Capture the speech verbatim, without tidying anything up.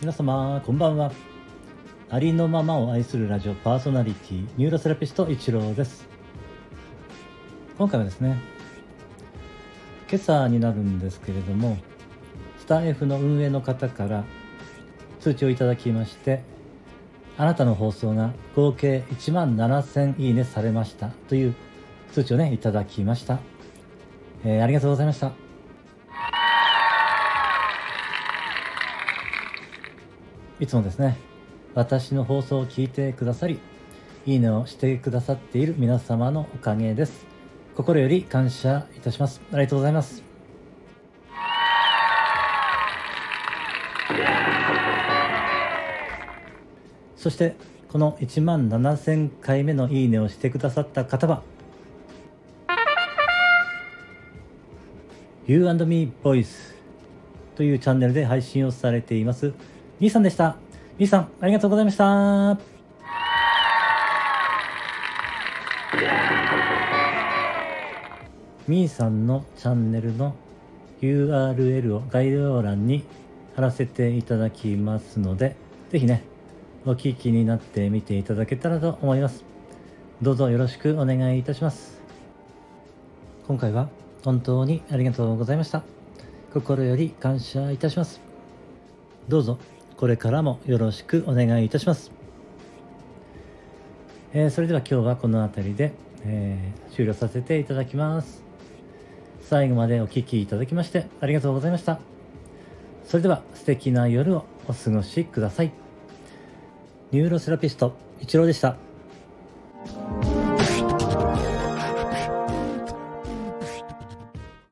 皆様こんばんは。ありのままを愛するラジオパーソナリティニューロセラピスト一郎です。今回はですね、今朝になるんですけれども、スタイフの運営の方から通知をいただきまして、あなたの放送が合計いちまんななせんいいねされましたという通知をねいただきました。えー、ありがとうございました。いつもですね、私の放送を聞いてくださり、いいねをしてくださっている皆様のおかげです。心より感謝いたします。ありがとうございます。そしてこのいちまんななせんかいめのいいねをしてくださった方は You and Me Voice というチャンネルで配信をされていますみーさんでした。みーさんありがとうございました。みーさんのチャンネルの ユーアールエル を概要欄に貼らせていただきますので、ぜひねお聞きになってみていただけたらと思います。どうぞよろしくお願いいたします。今回は本当にありがとうございました。心より感謝いたします。どうぞこれからもよろしくお願いいたします。えー、それでは今日はこの辺りで、えー、終了させていただきます。最後までお聞きいただきましてありがとうございました。それでは素敵な夜をお過ごしください。ニューロセラピスト一郎でした。